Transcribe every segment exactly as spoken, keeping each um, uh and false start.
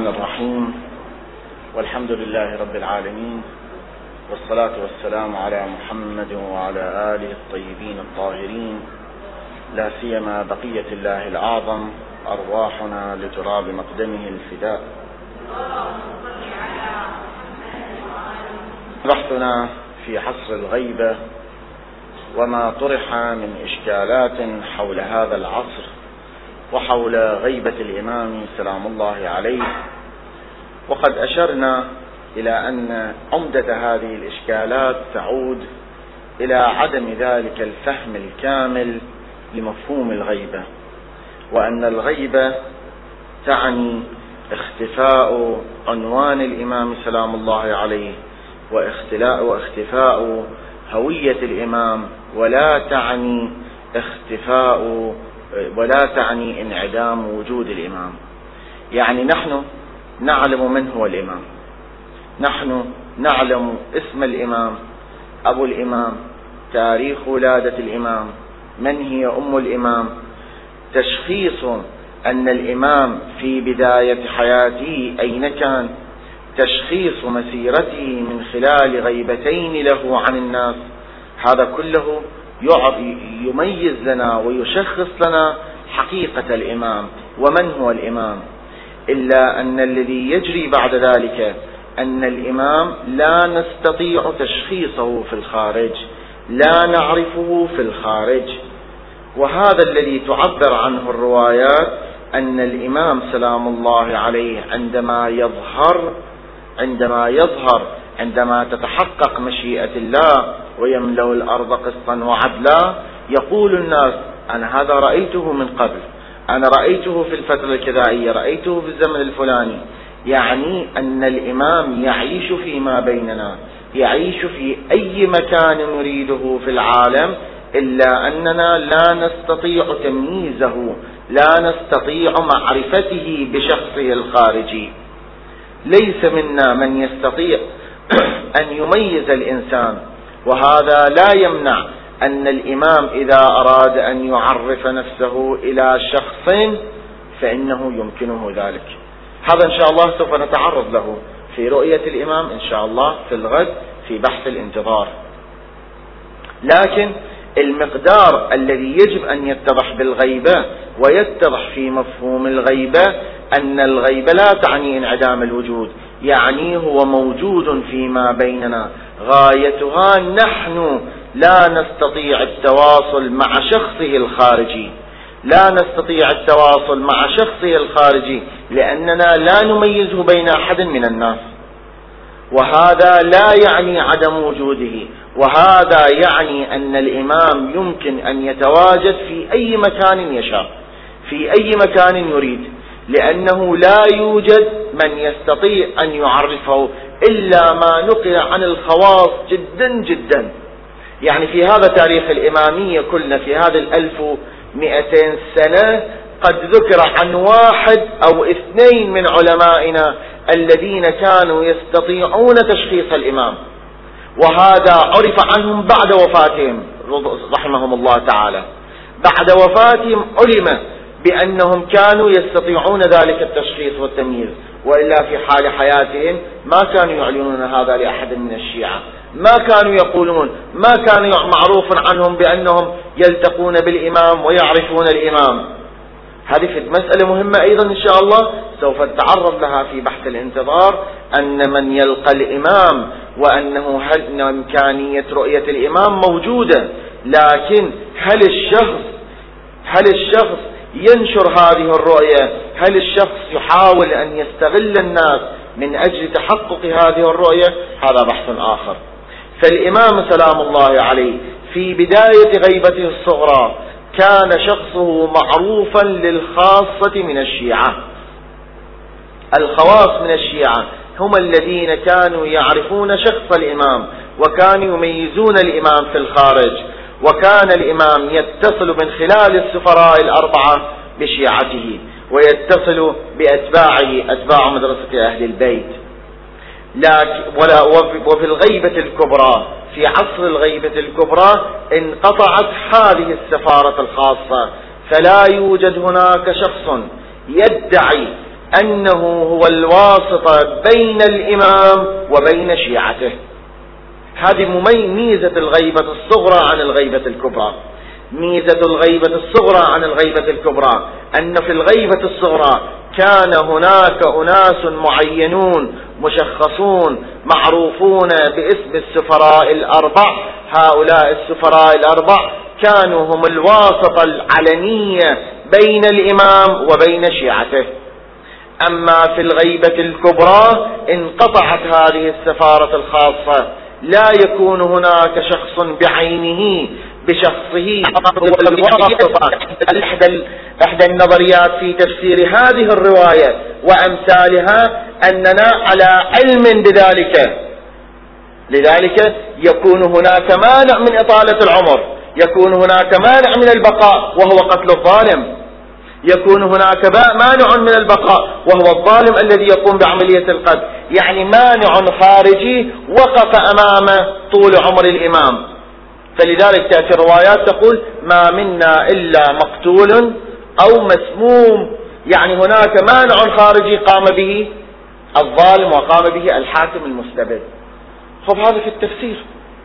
الرحيم والحمد لله رب العالمين، والصلاة والسلام على محمد وعلى آله الطيبين الطاهرين، لا سيما بقية الله الأعظم، أرواحنا لتراب مقدمه الفداء. بحثنا في عصر الغيبة وما طرح من إشكالات حول هذا العصر وحول غيبة الإمام سلام الله عليه، وقد أشرنا إلى أن عمدة هذه الإشكالات تعود إلى عدم ذلك الفهم الكامل لمفهوم الغيبة، وأن الغيبة تعني اختفاء عنوان الإمام سلام الله عليه واختفاء هوية الإمام، ولا تعني اختفاء ولا تعني انعدام وجود الإمام. يعني نحن نعلم من هو الإمام، نحن نعلم اسم الإمام، أبو الإمام، تاريخ ولادة الإمام، من هي أم الإمام، تشخيص أن الإمام في بداية حياته أين كان، تشخيص مسيرته من خلال غيبتين له عن الناس. هذا كله يميز لنا ويشخص لنا حقيقة الإمام ومن هو الإمام، إلا أن الذي يجري بعد ذلك أن الإمام لا نستطيع تشخيصه في الخارج، لا نعرفه في الخارج. وهذا الذي تعبر عنه الروايات، أن الإمام سلام الله عليه عندما يظهر عندما يظهر عندما تتحقق مشيئة الله ويملأ الأرض قسطا وعدلا، يقول الناس: أنا هذا رأيته من قبل، أنا رأيته في الفترة الكذائية، رأيته في الزمن الفلاني. يعني أن الإمام يعيش فيما بيننا، يعيش في أي مكان نريده في العالم، إلا أننا لا نستطيع تمييزه، لا نستطيع معرفته بشخصه الخارجي. ليس منا من يستطيع أن يميز الإنسان، وهذا لا يمنع أن الإمام إذا أراد أن يعرف نفسه إلى شخص فإنه يمكنه ذلك. هذا إن شاء الله سوف نتعرض له في رؤية الإمام إن شاء الله في الغد في بحث الانتظار. لكن المقدار الذي يجب أن يتضح بالغيبة ويتضح في مفهوم الغيبة، أن الغيبة لا تعني انعدام الوجود، يعني هو موجود فيما بيننا، غايتها نحن لا نستطيع التواصل مع شخصه الخارجي، لا نستطيع التواصل مع شخصه الخارجي لأننا لا نميزه بين أحد من الناس. وهذا لا يعني عدم وجوده، وهذا يعني أن الإمام يمكن أن يتواجد في أي مكان يشاء، في أي مكان يريد، لأنه لا يوجد من يستطيع أن يعرفه إلا ما نقل عن الخواص جدا جدا. يعني في هذا تاريخ الإمامية كلنا في هذه الألف ومئتين سنة قد ذكر عن واحد أو اثنين من علمائنا الذين كانوا يستطيعون تشخيص الإمام، وهذا عرف عنهم بعد وفاتهم رحمهم الله تعالى. بعد وفاتهم علم بأنهم كانوا يستطيعون ذلك التشخيص والتمييز، وإلا في حال حياتهم ما كانوا يعلنون هذا لأحد من الشيعة، ما كانوا يقولون، ما كان معروف عنهم بأنهم يلتقون بالإمام ويعرفون الإمام. هذه مسألة مهمة أيضا إن شاء الله سوف نتعرض لها في بحث الانتظار، أن من يلقى الإمام وأنه هل إمكانية رؤية الإمام موجودة، لكن هل الشخص هل الشخص ينشر هذه الرؤية؟ هل الشخص يحاول أن يستغل الناس من أجل تحقق هذه الرؤية؟ هذا بحث آخر. فالإمام سلام الله عليه في بداية غيبته الصغرى كان شخصه معروفا للخاصة من الشيعة. الخواص من الشيعة هم الذين كانوا يعرفون شخص الإمام وكانوا يميزون الإمام في الخارج، وكان الإمام يتصل من خلال السفراء الأربعة بشيعته، ويتصل بأتباعه أتباع مدرسة أهل البيت. لكن وفي الغيبة الكبرى، في عصر الغيبة الكبرى، انقطعت هذه السفارة الخاصة، فلا يوجد هناك شخص يدعي أنه هو الواسطة بين الإمام وبين شيعته. هذه ميزة الغيبة الصغرى عن الغيبة الكبرى. ميزة الغيبة الصغرى عن الغيبة الكبرى أن في الغيبة الصغرى كان هناك أناس معينون مشخصون معروفون باسم السفراء الأربع. هؤلاء السفراء الأربع كانوا هم الواسطة العلنية بين الإمام وبين شيعته. أما في الغيبة الكبرى انقطعت هذه السفارة الخاصة، لا يكون هناك شخص بعينه بشخصه. إحدى النظريات في تفسير هذه الرواية وأمثالها أننا على علم بذلك، لذلك يكون هناك مانع من إطالة العمر، يكون هناك مانع من البقاء وهو قتل الظالم، يكون هناك مانع من البقاء وهو الظالم الذي يقوم بعملية القتل. يعني مانع خارجي وقف أمام طول عمر الإمام. فلذلك تأتي الروايات تقول ما منا إلا مقتول أو مسموم، يعني هناك مانع خارجي قام به الظالم وقام به الحاكم المستبد. خب هذا في التفسير،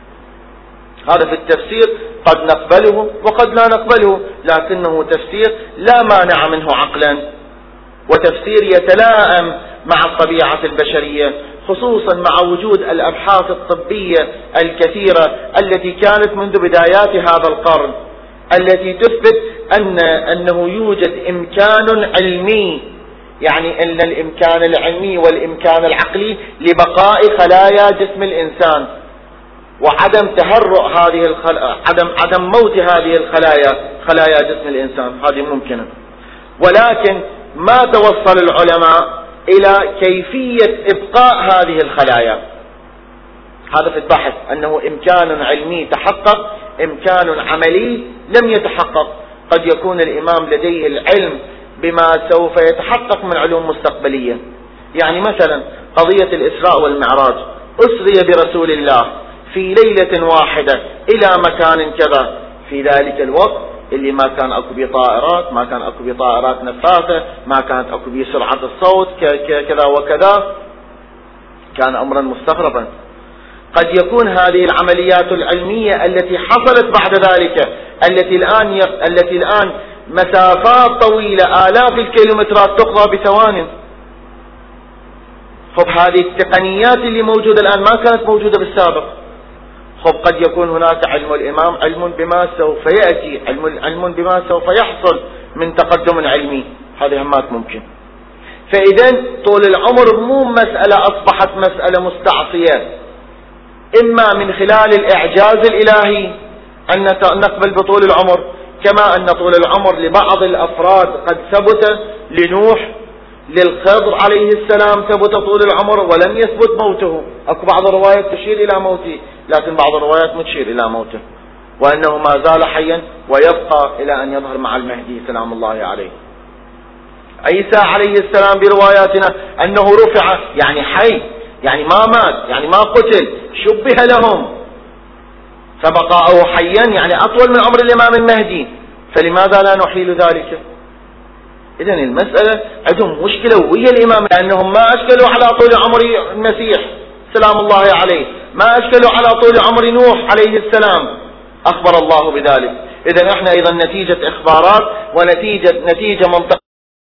هذا في التفسير قد نقبله وقد لا نقبله، لكنه تفسير لا مانع منه عقلا، وتفسير يتلائم مع الطبيعة البشرية، خصوصا مع وجود الأبحاث الطبية الكثيرة التي كانت منذ بدايات هذا القرن، التي تثبت أن أنه يوجد إمكان علمي، يعني أن الإمكان العلمي والإمكان العقلي لبقاء خلايا جسم الإنسان وعدم تهرؤ هذه الخل... عدم عدم موت هذه الخلايا، خلايا جسم الإنسان، هذه ممكنة. ولكن ما توصل العلماء إلى كيفية إبقاء هذه الخلايا. هذا في البحث أنه إمكان علمي تحقق، إمكان عملي لم يتحقق. قد يكون الإمام لديه العلم بما سوف يتحقق من علوم مستقبلية. يعني مثلا قضية الإسراء والمعراج، أسري برسول الله في ليلة واحدة إلى مكان كذا، في ذلك الوقت اللي ما كان أكو بيه طائرات، ما كان أكو بيه طائرات نفاثة، ما كانت أكو بيه سرعة الصوت كذا وكذا، كان أمرا مستغربا. قد يكون هذه العمليات العلمية التي حصلت بعد ذلك، التي الآن ي... التي الآن مسافات طويلة آلاف الكيلومترات تقضى بثوان. خب هذه التقنيات اللي موجودة الآن ما كانت موجودة بالسابق. خب قد يكون هناك علم الإمام علم بما سوف يأتي، علم علم بما سوف يحصل من تقدم علمي، هذه همات ممكن. فإذا طول العمر مو مسألة أصبحت مسألة مستعصية، إما من خلال الإعجاز الإلهي أن نقبل بطول العمر، كما أن طول العمر لبعض الأفراد قد ثبت، لنوح للخضر عليه السلام ثبت طول العمر ولم يثبت موته. أكو بعض الروايات تشير إلى موته، لكن بعض الروايات ما تشير إلى موته، وأنه ما زال حيا ويبقى إلى أن يظهر مع المهدي سلام الله عليه. عيسى عليه السلام برواياتنا أنه رفع، يعني حي، يعني ما مات، يعني ما قتل، شبه لهم، فبقاءه حيا يعني أطول من عمر الإمام المهدي، فلماذا لا نحيل ذلك؟ إذن المسألة عندهم مشكلة ويا الإمام، لأنهم ما أشكلوا على طول عمر المسيح سلام الله عليه، ما أشكلوا على طول عمر نوح عليه السلام، أخبر الله بذلك. إذن احنا أيضا نتيجة إخبارات ونتيجة نتيجة منطقية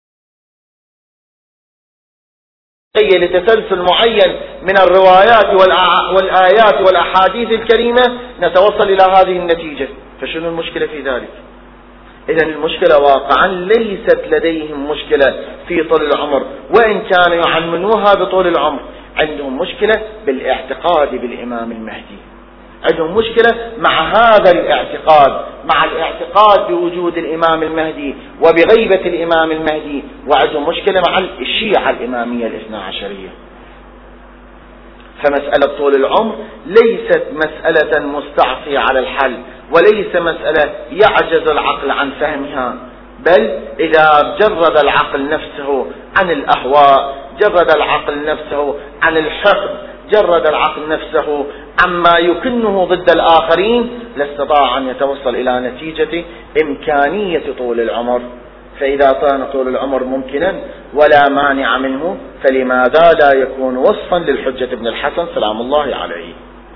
لتسلسل معين من الروايات والآيات والأحاديث الكريمة نتوصل إلى هذه النتيجة. فشنو المشكلة في ذلك؟ إذن المشكلة واقعا ليست لديهم مشكلة في طول العمر، وإن كانوا يعملوها بطول العمر، عندهم مشكلة بالاعتقاد بالإمام المهدي، عندهم مشكلة مع هذا الاعتقاد، مع الاعتقاد بوجود الإمام المهدي وبغيبة الإمام المهدي، وعندهم مشكلة مع الشيعة الإمامية الاثنى عشرية. فمسألة طول العمر ليست مسألة مستعصية على الحل، وليس مسألة يعجز العقل عن فهمها، بل إذا جرد العقل نفسه عن الأهواء، جرد العقل نفسه عن الحقد، جرد العقل نفسه عما يكنه ضد الآخرين، لاستطاع أن يتوصل إلى نتيجة إمكانية طول العمر. فإذا كان طول العمر ممكنا ولا مانع منه فلماذا لا يكون وصفا للحجة ابن الحسن سلام الله عليه؟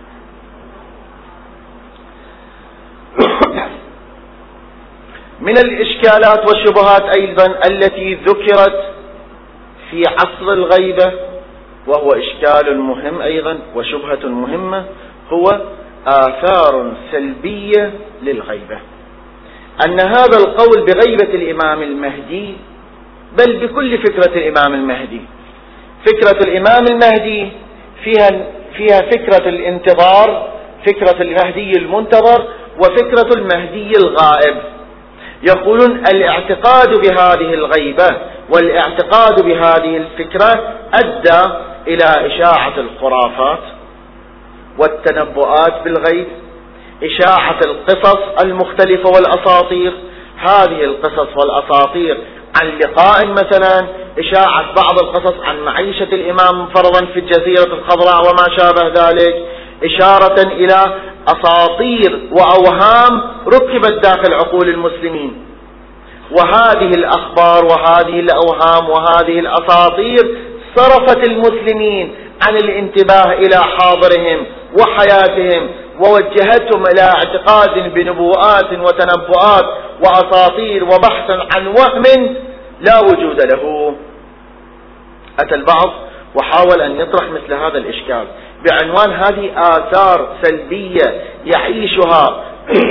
من الإشكالات والشبهات أيضا التي ذكرت في عصر الغيبة، وهو إشكال مهم أيضا وشبهة مهمة، هو آثار سلبية للغيبة. أن هذا القول بغيبة الإمام المهدي، بل بكل فكرة الإمام المهدي، فكرة الإمام المهدي فيها فيها فكرة الانتظار، فكرة المهدي المنتظر، وفكرة المهدي الغائب. يقولون الاعتقاد بهذه الغيبة والاعتقاد بهذه الفكرة أدى إلى إشاعة الخرافات والتنبؤات بالغيب، إشاعة القصص المختلفة والأساطير. هذه القصص والأساطير عن لقاء مثلا، إشاعة بعض القصص عن معيشة الإمام فرضا في الجزيرة الخضراء وما شابه ذلك، إشارة إلى أساطير وأوهام ركبت داخل عقول المسلمين. وهذه الأخبار وهذه الأوهام وهذه الأساطير صرفت المسلمين عن الانتباه إلى حاضرهم وحياتهم، ووجهتهم إلى اعتقاد بنبوءات وتنبؤات وأساطير وبحثا عن وهم لا وجود له. أتى البعض وحاول أن يطرح مثل هذا الإشكال بعنوان هذه آثار سلبية يعيشها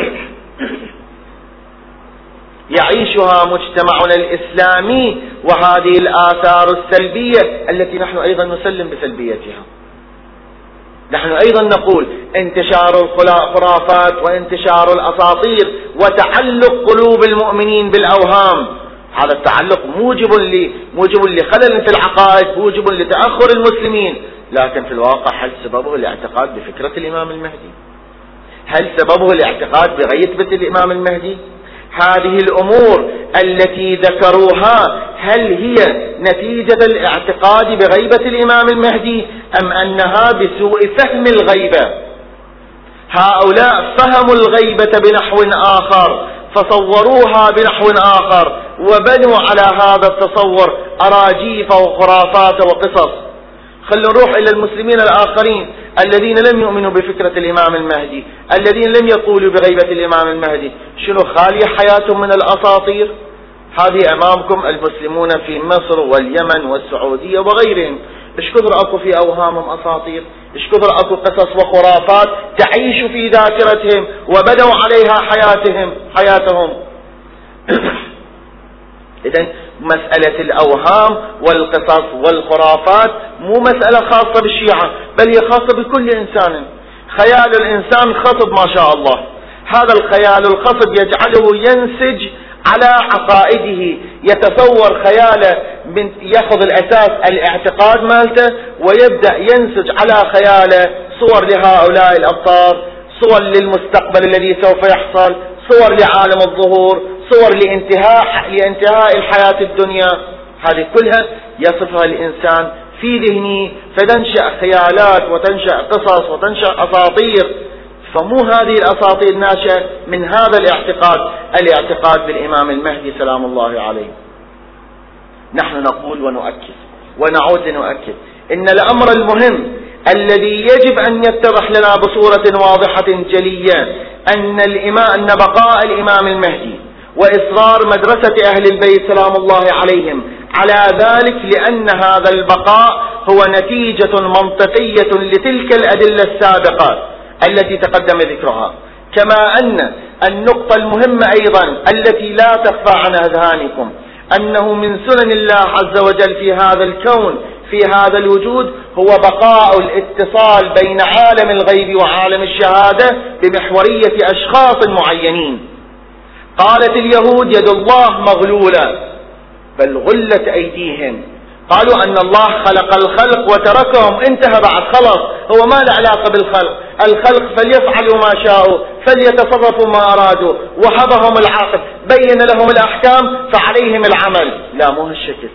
يعيشها مجتمعنا الإسلامي، وهذه الآثار السلبية التي نحن أيضا نسلم بسلبيتها. نحن أيضا نقول انتشار الخرافات وانتشار الأساطير وتعلق قلوب المؤمنين بالأوهام، هذا التعلق موجب لي موجب لخلل في العقائد، موجب لتأخر المسلمين. لكن في الواقع هل سببه الاعتقاد بفكرة الإمام المهدي؟ هل سببه الاعتقاد بغيبة الإمام المهدي؟ هذه الأمور التي ذكروها هل هي نتيجة الاعتقاد بغيبة الإمام المهدي أم أنها بسوء فهم الغيبة؟ هؤلاء فهموا الغيبة بنحو آخر فصوروها بنحو آخر وبنوا على هذا التصور أراجيف وخرافات وقصص. خلوا نروح إلى المسلمين الآخرين الذين لم يؤمنوا بفكرة الإمام المهدي، الذين لم يقولوا بغيبة الإمام المهدي، شنو خالية حياتهم من الأساطير؟ هذه أمامكم المسلمون في مصر واليمن والسعودية وغيرهم، إيش كثر أكو في أوهامهم أساطير، إيش كثر أكو قصص وخرافات تعيش في ذاكرتهم وبدوا عليها حياتهم حياتهم إذن مسألة الأوهام والقصص والخرافات مو مسألة خاصة بالشيعة، بل هي خاصة بكل إنسان. خيال الإنسان خصب ما شاء الله، هذا الخيال الخصب يجعله ينسج على عقائده، يتصور خياله من يأخذ الأساس الاعتقاد مالته ويبدأ ينسج على خياله صور لهؤلاء الأبطال، صور للمستقبل الذي سوف يحصل، صور لعالم الظهور، صور لانتهاء لانتهاء الحياة الدنيا. هذه كلها يصفها الإنسان في ذهنه، فتنشأ خيالات وتنشأ قصص وتنشأ أساطير. فمو هذه الأساطير ناشئة من هذا الاعتقاد، الاعتقاد بالإمام المهدي سلام الله عليه. نحن نقول ونؤكد ونعود لنؤكد إن الأمر المهم الذي يجب أن يتضح لنا بصورة واضحة جلية أن الإمام أن بقاء الإمام المهدي وإصرار مدرسة أهل البيت سلام الله عليهم على ذلك، لأن هذا البقاء هو نتيجة منطقية لتلك الأدلة السابقة التي تقدم ذكرها. كما أن النقطة المهمة أيضا التي لا تخفى عن أذهانكم أنه من سنن الله عز وجل في هذا الكون في هذا الوجود هو بقاء الاتصال بين عالم الغيب وعالم الشهادة بمحورية أشخاص معينين. قالت اليهود يد الله مغلولة بل غلت أيديهم، قالوا أن الله خلق الخلق وتركهم انتهى بعد خلص، هو ما له علاقة بالخلق، الخلق فليفعلوا ما شاءوا فليتصرفوا ما أرادوا، وهبهم العاقل بين لهم الأحكام فعليهم العمل. لا، مو هالشكل.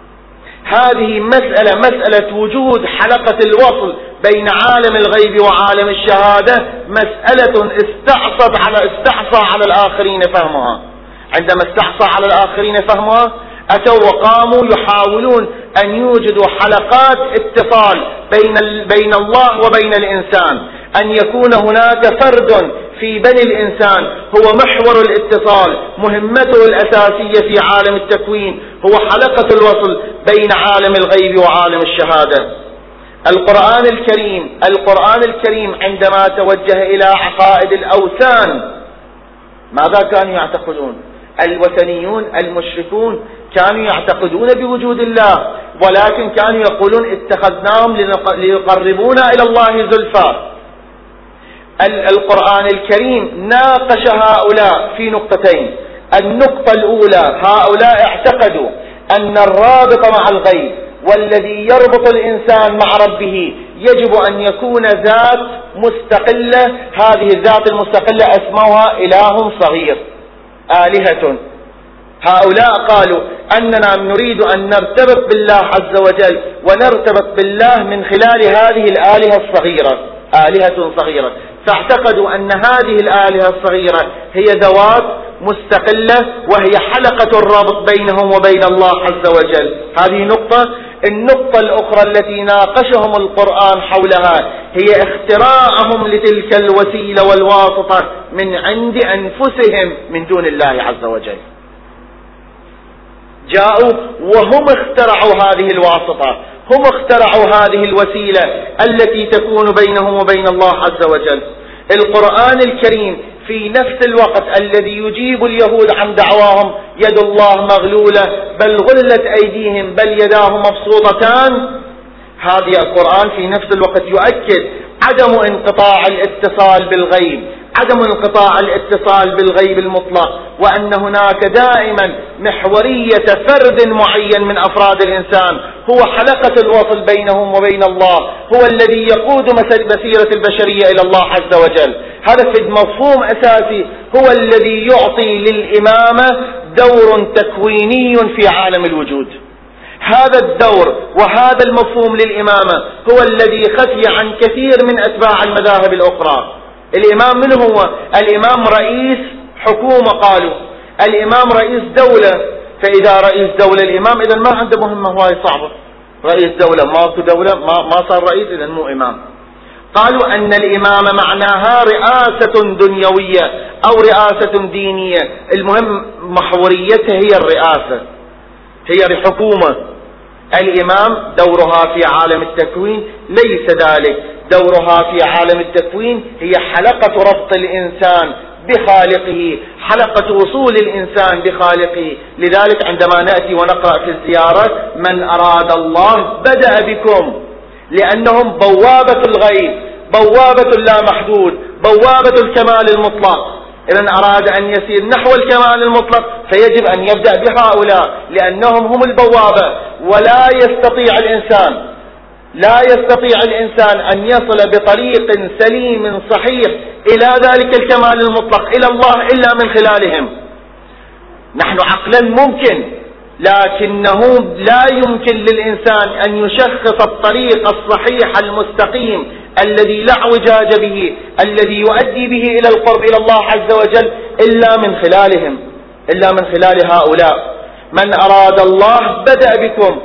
هذه مسألة مسألة وجود حلقة الوصل بين عالم الغيب وعالم الشهادة، مسألة استعصت على استعصى على الآخرين فهمها. عندما استعصى على الآخرين فهمها أتوا وقاموا يحاولون أن يوجدوا حلقات اتصال بين بين الله وبين الإنسان، أن يكون هناك فرد في بني الإنسان هو محور الاتصال، مهمته الأساسية في عالم التكوين هو حلقة الوصل بين عالم الغيب وعالم الشهادة. القرآن الكريم القرآن الكريم عندما توجه إلى عقائد الأوثان ماذا كانوا يعتقدون؟ الوثنيون المشركون كانوا يعتقدون بوجود الله، ولكن كانوا يقولون اتخذناهم ليقربونا إلى الله زلفى. القرآن الكريم ناقش هؤلاء في نقطتين. النقطة الأولى، هؤلاء اعتقدوا أن الرابط مع الغيب والذي يربط الإنسان مع ربه يجب أن يكون ذات مستقلة، هذه الذات المستقلة أسموها إله صغير، آلهة. هؤلاء قالوا أننا نريد أن نرتبط بالله عز وجل ونرتبط بالله من خلال هذه الآلهة الصغيرة، آلهة صغيرة. فاعتقدوا أن هذه الآلهة الصغيرة هي ذوات مستقلة وهي حلقة الرابط بينهم وبين الله عز وجل. هذه نقطة. النقطة الأخرى التي ناقشهم القرآن حولها هي اختراعهم لتلك الوسيلة والواسطة من عند أنفسهم من دون الله عز وجل. جاءوا وهم اخترعوا هذه الواسطة، هم اخترعوا هذه الوسيلة التي تكون بينهم وبين الله عز وجل. القرآن الكريم في نفس الوقت الذي يجيب اليهود عن دعواهم يد الله مغلولة بل غلت أيديهم بل يداه مبسوطتان، هذا القرآن في نفس الوقت يؤكد عدم انقطاع الاتصال بالغيب، عدم انقطاع الاتصال بالغيب المطلق، وأن هناك دائما محورية فرد معين من أفراد الإنسان هو حلقة الوصل بينهم وبين الله، هو الذي يقود مسيرة البشرية إلى الله عز وجل. هذا في مفهوم أساسي هو الذي يعطي للإمامة دور تكويني في عالم الوجود. هذا الدور وهذا المفهوم للإمامة هو الذي خفي عن كثير من أتباع المذاهب الأخرى. الإمام من هو؟ الإمام رئيس حكومة، قالوا الإمام رئيس دولة، فإذا رئيس دولة الإمام إذن ما عنده مهمة هواي صعبة، رئيس دولة ماكو دولة ما, ما صار رئيس إذن مو إمام. قالوا أن الإمامة معناها رئاسة دنيوية أو رئاسة دينية، المهم محوريتها هي الرئاسة، هي الحكومة. الإمام دورها في عالم التكوين ليس ذلك، دورها في عالم التكوين هي حلقة ربط الإنسان بخالقه، حلقة وصول الإنسان بخالقه. لذلك عندما نأتي ونقرأ في الزيارة من أراد الله بدأ بكم، لأنهم بوابة الغيب، بوابة اللا محدود، بوابة الكمال المطلق. إذن أراد أن يسير نحو الكمال المطلق فيجب أن يبدأ بهؤلاء لأنهم هم البوابة. ولا يستطيع الإنسان لا يستطيع الإنسان أن يصل بطريق سليم صحيح إلى ذلك الكمال المطلق إلى الله إلا من خلالهم. نحن عقلا ممكن، لكنه لا يمكن للإنسان أن يشخص الطريق الصحيح المستقيم الذي لا اعوجاج به، الذي يؤدي به إلى القرب إلى الله عز وجل إلا من خلالهم، إلا من خلال هؤلاء. من أراد الله بدأ بكم.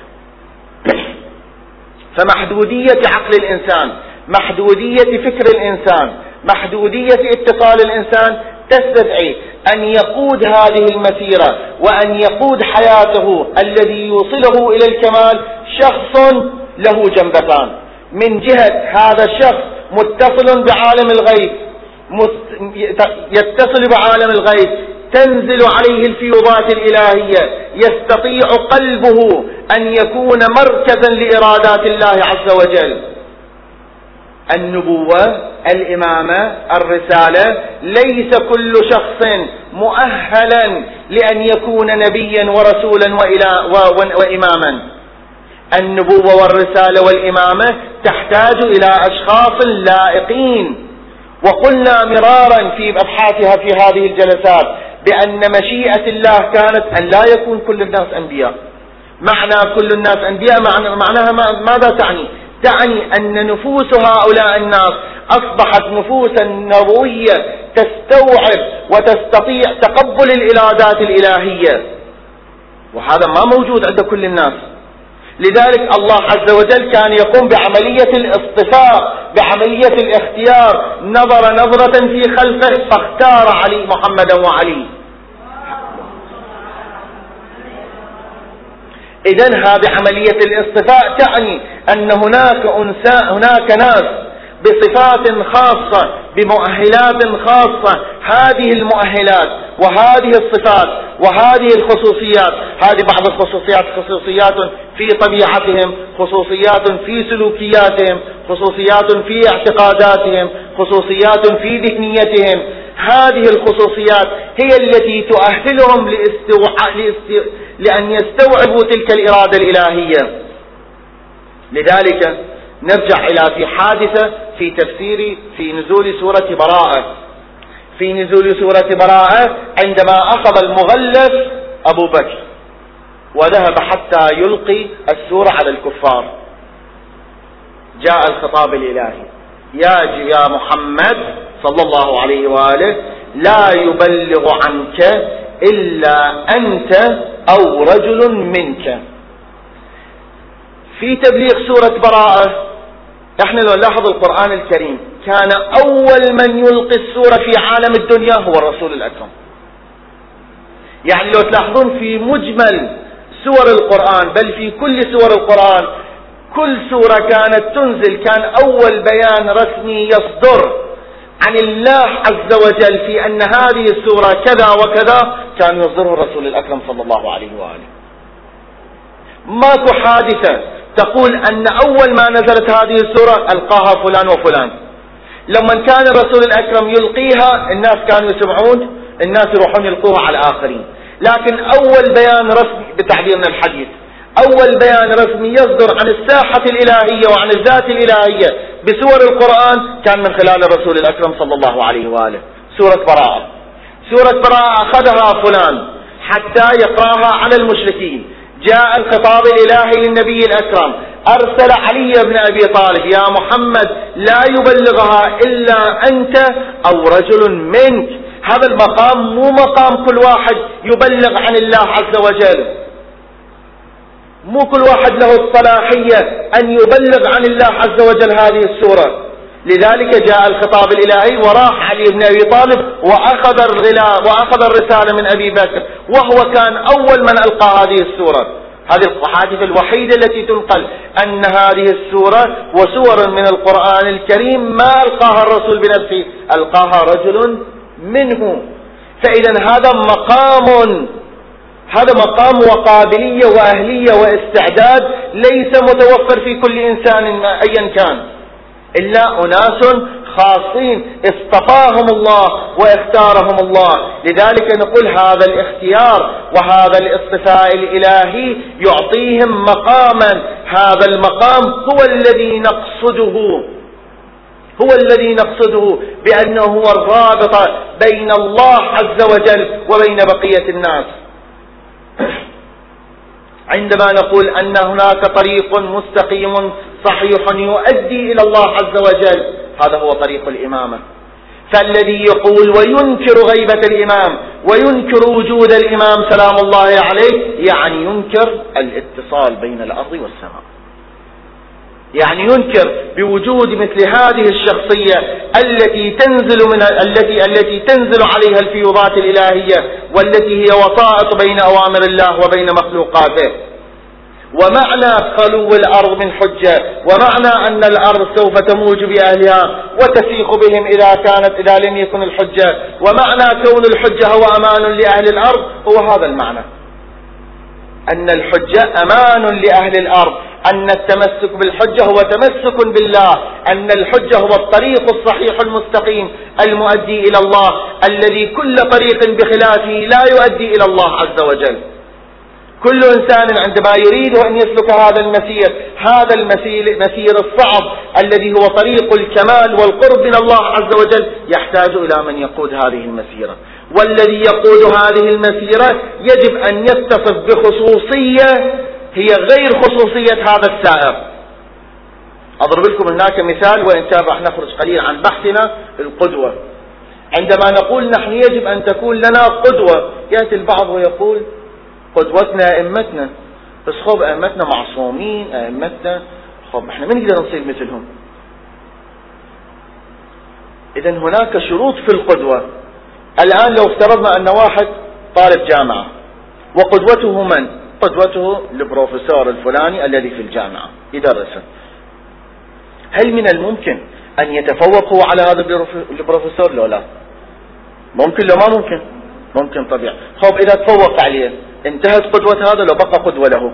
فمحدودية عقل الإنسان، محدودية فكر الإنسان، محدودية اتصال الإنسان تستدعي أن يقود هذه المسيرة وأن يقود حياته الذي يوصله إلى الكمال شخص له جنبتان. من جهة هذا الشخص متصل بعالم الغيب، يتصل بعالم الغيب، تنزل عليه الفيوضات الإلهية، يستطيع قلبه أن يكون مركزا لإرادات الله عز وجل. النبوة، الإمامة، الرسالة، ليس كل شخص مؤهلا لأن يكون نبيا ورسولا وإماما. النبوة والرسالة والإمامة تحتاج إلى أشخاص لائقين. وقلنا مرارا في أبحاثها في هذه الجلسات بأن مشيئة الله كانت أن لا يكون كل الناس أنبياء. معنى كل الناس أنبياء معناها ماذا تعني؟ تعني أن نفوس هؤلاء الناس أصبحت نفوسا نبوية تستوعب وتستطيع تقبل الإرادات الإلهية، وهذا ما موجود عند كل الناس. لذلك الله عز وجل كان يقوم بعملية الاصطفاء، بعملية الاختيار، نظر نظرة في خلقه فاختار علي محمدا وعلي. إذن هذه عملية الاصطفاء تعني أن هناك أنساء هناك ناس بصفات خاصة بمؤهلات خاصة، هذه المؤهلات وهذه الصفات وهذه الخصوصيات، هذه بعض الخصوصيات خصوصيات في طبيعتهم، خصوصيات في سلوكياتهم، خصوصيات في اعتقاداتهم، خصوصيات في ذهنيتهم. هذه الخصوصيات هي التي تؤهلهم لأن يستوعبوا تلك الإرادة الإلهية. لذلك نرجع إلى في حادثة في تفسير في نزول سورة براءة. في نزول سورة براءة عندما أخذ المغلف أبو بكر وذهب حتى يلقي السورة على الكفار، جاء الخطاب الإلهي: يا يا محمد صلى الله عليه وآله لا يبلغ عنك إلا أنت أو رجل منك. في تبليغ سورة براءة احنا لو نلاحظ القرآن الكريم كان أول من يلقي السورة في عالم الدنيا هو الرسول الأكرم. يعني لو تلاحظون في مجمل سور القرآن، بل في كل سور القرآن، كل سورة كانت تنزل كان أول بيان رسمي يصدر عن الله عز وجل في أن هذه السورة كذا وكذا كان يصدره الرسول الأكرم صلى الله عليه وآله. ماكو حادثة تقول أن أول ما نزلت هذه السورة ألقاها فلان وفلان. لما كان الرسول الأكرم يلقيها الناس كانوا يسمعون، الناس يروحون يلقوها على الآخرين. لكن أول بيان رسمي بتعبيرنا الحديث، أول بيان رسمي يصدر عن الساحة الإلهية وعن الذات الإلهية بسور القرآن كان من خلال الرسول الأكرم صلى الله عليه وآله. سورة براءة، سورة براءة أخذها فلان حتى يقراها على المشركين. جاء الخطاب الإلهي للنبي الأكرم، أرسل علي بن أبي طالب: يا محمد لا يبلغها إلا أنت أو رجل منك. هذا المقام مو مقام كل واحد يبلغ عن الله عز وجل، مو كل واحد له الصلاحية أن يبلغ عن الله عز وجل هذه السورة. لذلك جاء الخطاب الإلهي وراح علي بن أبي طالب وأخذ الغلاء وأخذ الرسالة من أبي بكر، وهو كان أول من ألقى هذه السورة. هذه الحادثة الوحيدة التي تنقل أن هذه السورة وسور من القرآن الكريم ما ألقاها الرسول بنفسه، ألقاها رجل منه. فإذا هذا مقام هذا مقام وقابلية وأهلية واستعداد ليس متوفر في كل إنسان أيا كان، إلا أناس خاصين اصطفاهم الله واختارهم الله. لذلك نقول هذا الاختيار وهذا الاصطفاء الإلهي يعطيهم مقاما، هذا المقام هو الذي نقصده هو الذي نقصده بأنه هو الرابط بين الله عز وجل وبين بقية الناس. عندما نقول أن هناك طريق مستقيم صحيح يؤدي إلى الله عز وجل، هذا هو طريق الإمامة. فالذي يقول وينكر غيبة الإمام وينكر وجود الإمام سلام الله عليه يعني ينكر الاتصال بين الأرض والسماء، يعني ينكر بوجود مثل هذه الشخصية التي تنزل من التي التي تنزل عليها الفيوضات الإلهية، والتي هي وسائط بين أوامر الله وبين مخلوقاته. ومعنى خلو الأرض من حجة، ومعنى أن الأرض سوف تموج بأهلها وتسيق بهم إذا كانت إذا لم يكن الحجة، ومعنى كون الحجة هو أمان لأهل الأرض، هو هذا المعنى، أن الحجة أمان لأهل الأرض، أن التمسك بالحجة هو تمسك بالله، أن الحجة هو الطريق الصحيح المستقيم المؤدي إلى الله، الذي كل طريق بخلافه لا يؤدي إلى الله عز وجل. كل إنسان عندما يريد أن يسلك هذا المسير، هذا المسير مسير الصعب الذي هو طريق الكمال والقرب من الله عز وجل، يحتاج إلى من يقود هذه المسيرة. والذي يقود هذه المسيرة يجب أن يتصف بخصوصية هي غير خصوصية هذا السائر. أضرب لكم هناك مثال وإن شاء الله نخرج قليل عن بحثنا. القدوة، عندما نقول نحن يجب أن تكون لنا قدوة، يأتي البعض ويقول قدوتنا أئمتنا، بس خب أئمتنا معصومين، أئمتنا خب احنا ما نقدر نصير مثلهم. إذن هناك شروط في القدوة. الآن لو افترضنا أن واحد طالب جامعة وقدوته من؟ قدوته البروفيسور الفلاني الذي في الجامعة يدرسه، هل من الممكن أن يتفوقوا على هذا البروفيسور لو لا؟ ممكن لو ما ممكن؟ ممكن طبيعي. خب إذا تفوق عليه انتهت قدوة هذا لو بقى قدوة له؟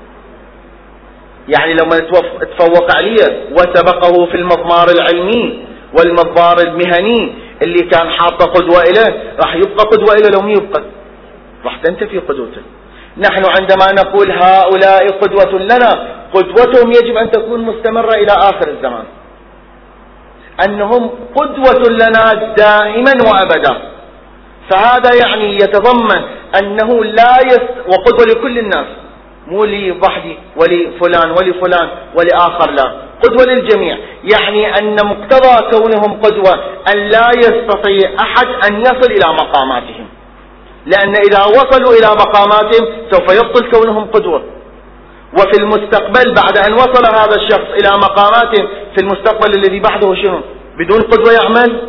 يعني لما تفوق عليه وسبقه في المضمار العلمي والمضمار المهني اللي كان حاطه قدوة إليه، راح يبقى قدوة إليه لو مي يبقى؟ راح تنتفي قدوته. نحن عندما نقول هؤلاء قدوة لنا، قدوتهم يجب أن تكون مستمرة إلى آخر الزمان، أنهم قدوة لنا دائما وأبدا. فهذا يعني يتضمن أنه لا يس وقدوة لكل الناس، مو لي وحدي ولفلان ولفلان ولآخر، لا، قدوة للجميع. يعني أن مقتضى كونهم قدوة أن لا يستطيع أحد أن يصل إلى مقاماتهم، لأن إذا وصلوا إلى مقاماتهم سوف يبطل كونهم قدوة. وفي المستقبل بعد أن وصل هذا الشخص إلى مقاماتهم، في المستقبل الذي بعده شنو؟ بدون قدوة يعمل.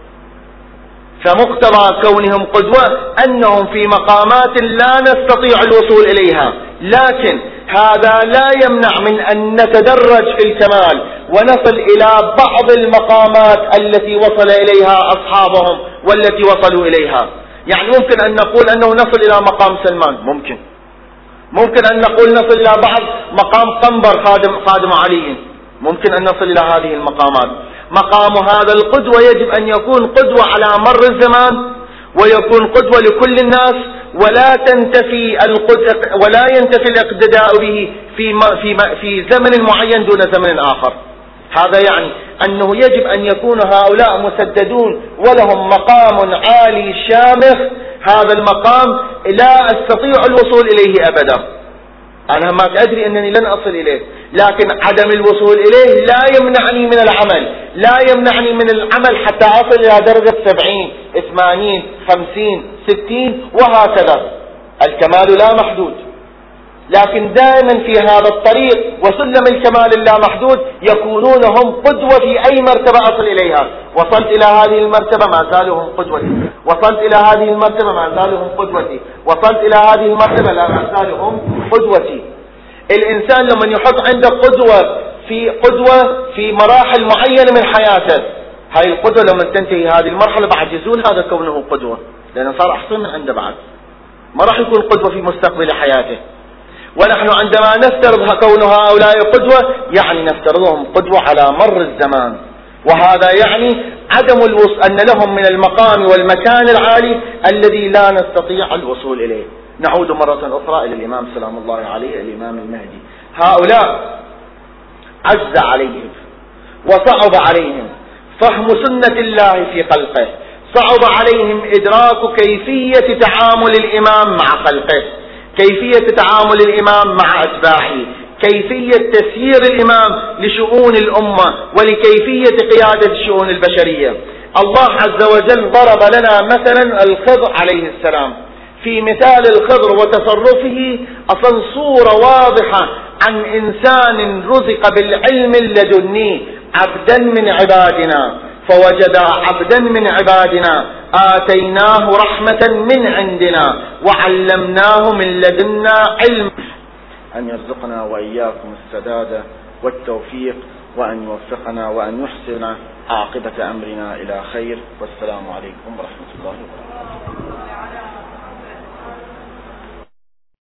فمقتضى كونهم قدوة أنهم في مقامات لا نستطيع الوصول إليها، لكن هذا لا يمنع من أن نتدرج في الكمال ونصل إلى بعض المقامات التي وصل إليها أصحابهم والتي وصلوا إليها. يعني ممكن أن نقول أنه نصل إلى مقام سلمان، ممكن ممكن أن نقول نصل إلى بعض مقام قنبر خادم خادم علي، ممكن أن نصل إلى هذه المقامات. مقام هذا القدوة يجب أن يكون قدوة على مر الزمان، ويكون قدوة لكل الناس، ولا تنتفي ولا ينتفي الاقتداء به في في في زمن معين دون زمن آخر. هذا يعني أنه يجب أن يكون هؤلاء مسددون ولهم مقام عالي شامخ، هذا المقام لا أستطيع الوصول إليه أبدا. أنا ما أدري أنني لن أصل إليه، لكن عدم الوصول إليه لا يمنعني من العمل، لا يمنعني من العمل حتى أصل إلى درجة سبعين ثمانين خمسين ستين وهكذا. الكمال لا محدود، لكن دائما في هذا الطريق وسلم الكمال اللا محدود يكونون هم قدوة في أي مرتبة أصل إليها. وصلت إلى هذه المرتبة ما زالوا هم قدوتي، وصلت إلى هذه المرتبة ما زالوا هم قدوتي، وصلت إلى هذه المرتبة لا ما زالوا هم قدوتي. الإنسان لما يحط عنده قدوة في قدوة في مراحل معينة من حياته، هاي القدوة لما تنتهي هذه المرحلة بعد يزول هذا كونه قدوة، لأنه صار أحسن من عنده، بعد ما راح يكون قدوة في مستقبل حياته. ونحن عندما نفترض كون هؤلاء قدوة يعني نفترضهم قدوة على مر الزمان، وهذا يعني عدم الوصول، أن لهم من المقام والمكان العالي الذي لا نستطيع الوصول إليه. نعود مرة أخرى إلى الإمام سلام الله عليه، الإمام المهدي. هؤلاء عز عليهم وصعب عليهم فهم سنة الله في خلقه، صعب عليهم إدراك كيفية تعامل الإمام مع خلقه، كيفية تعامل الإمام مع أتباعه، كيفية تسيير الإمام لشؤون الأمة ولكيفية قيادة الشؤون البشرية. الله عز وجل ضرب لنا مثلا الخضر عليه السلام. في مثال الخضر وتصرفه أصلا صورة واضحة عن إنسان رزق بالعلم اللدني، عبدا من عبادنا، فوجد عبدا من عبادنا آتيناه رحمة من عندنا وعلمناه من لدنا علم. أن يرزقنا وإياكم السداد والتوفيق، وأن يوفقنا وأن يحسن عاقبة أمرنا إلى خير. والسلام عليكم ورحمة الله وبركاته.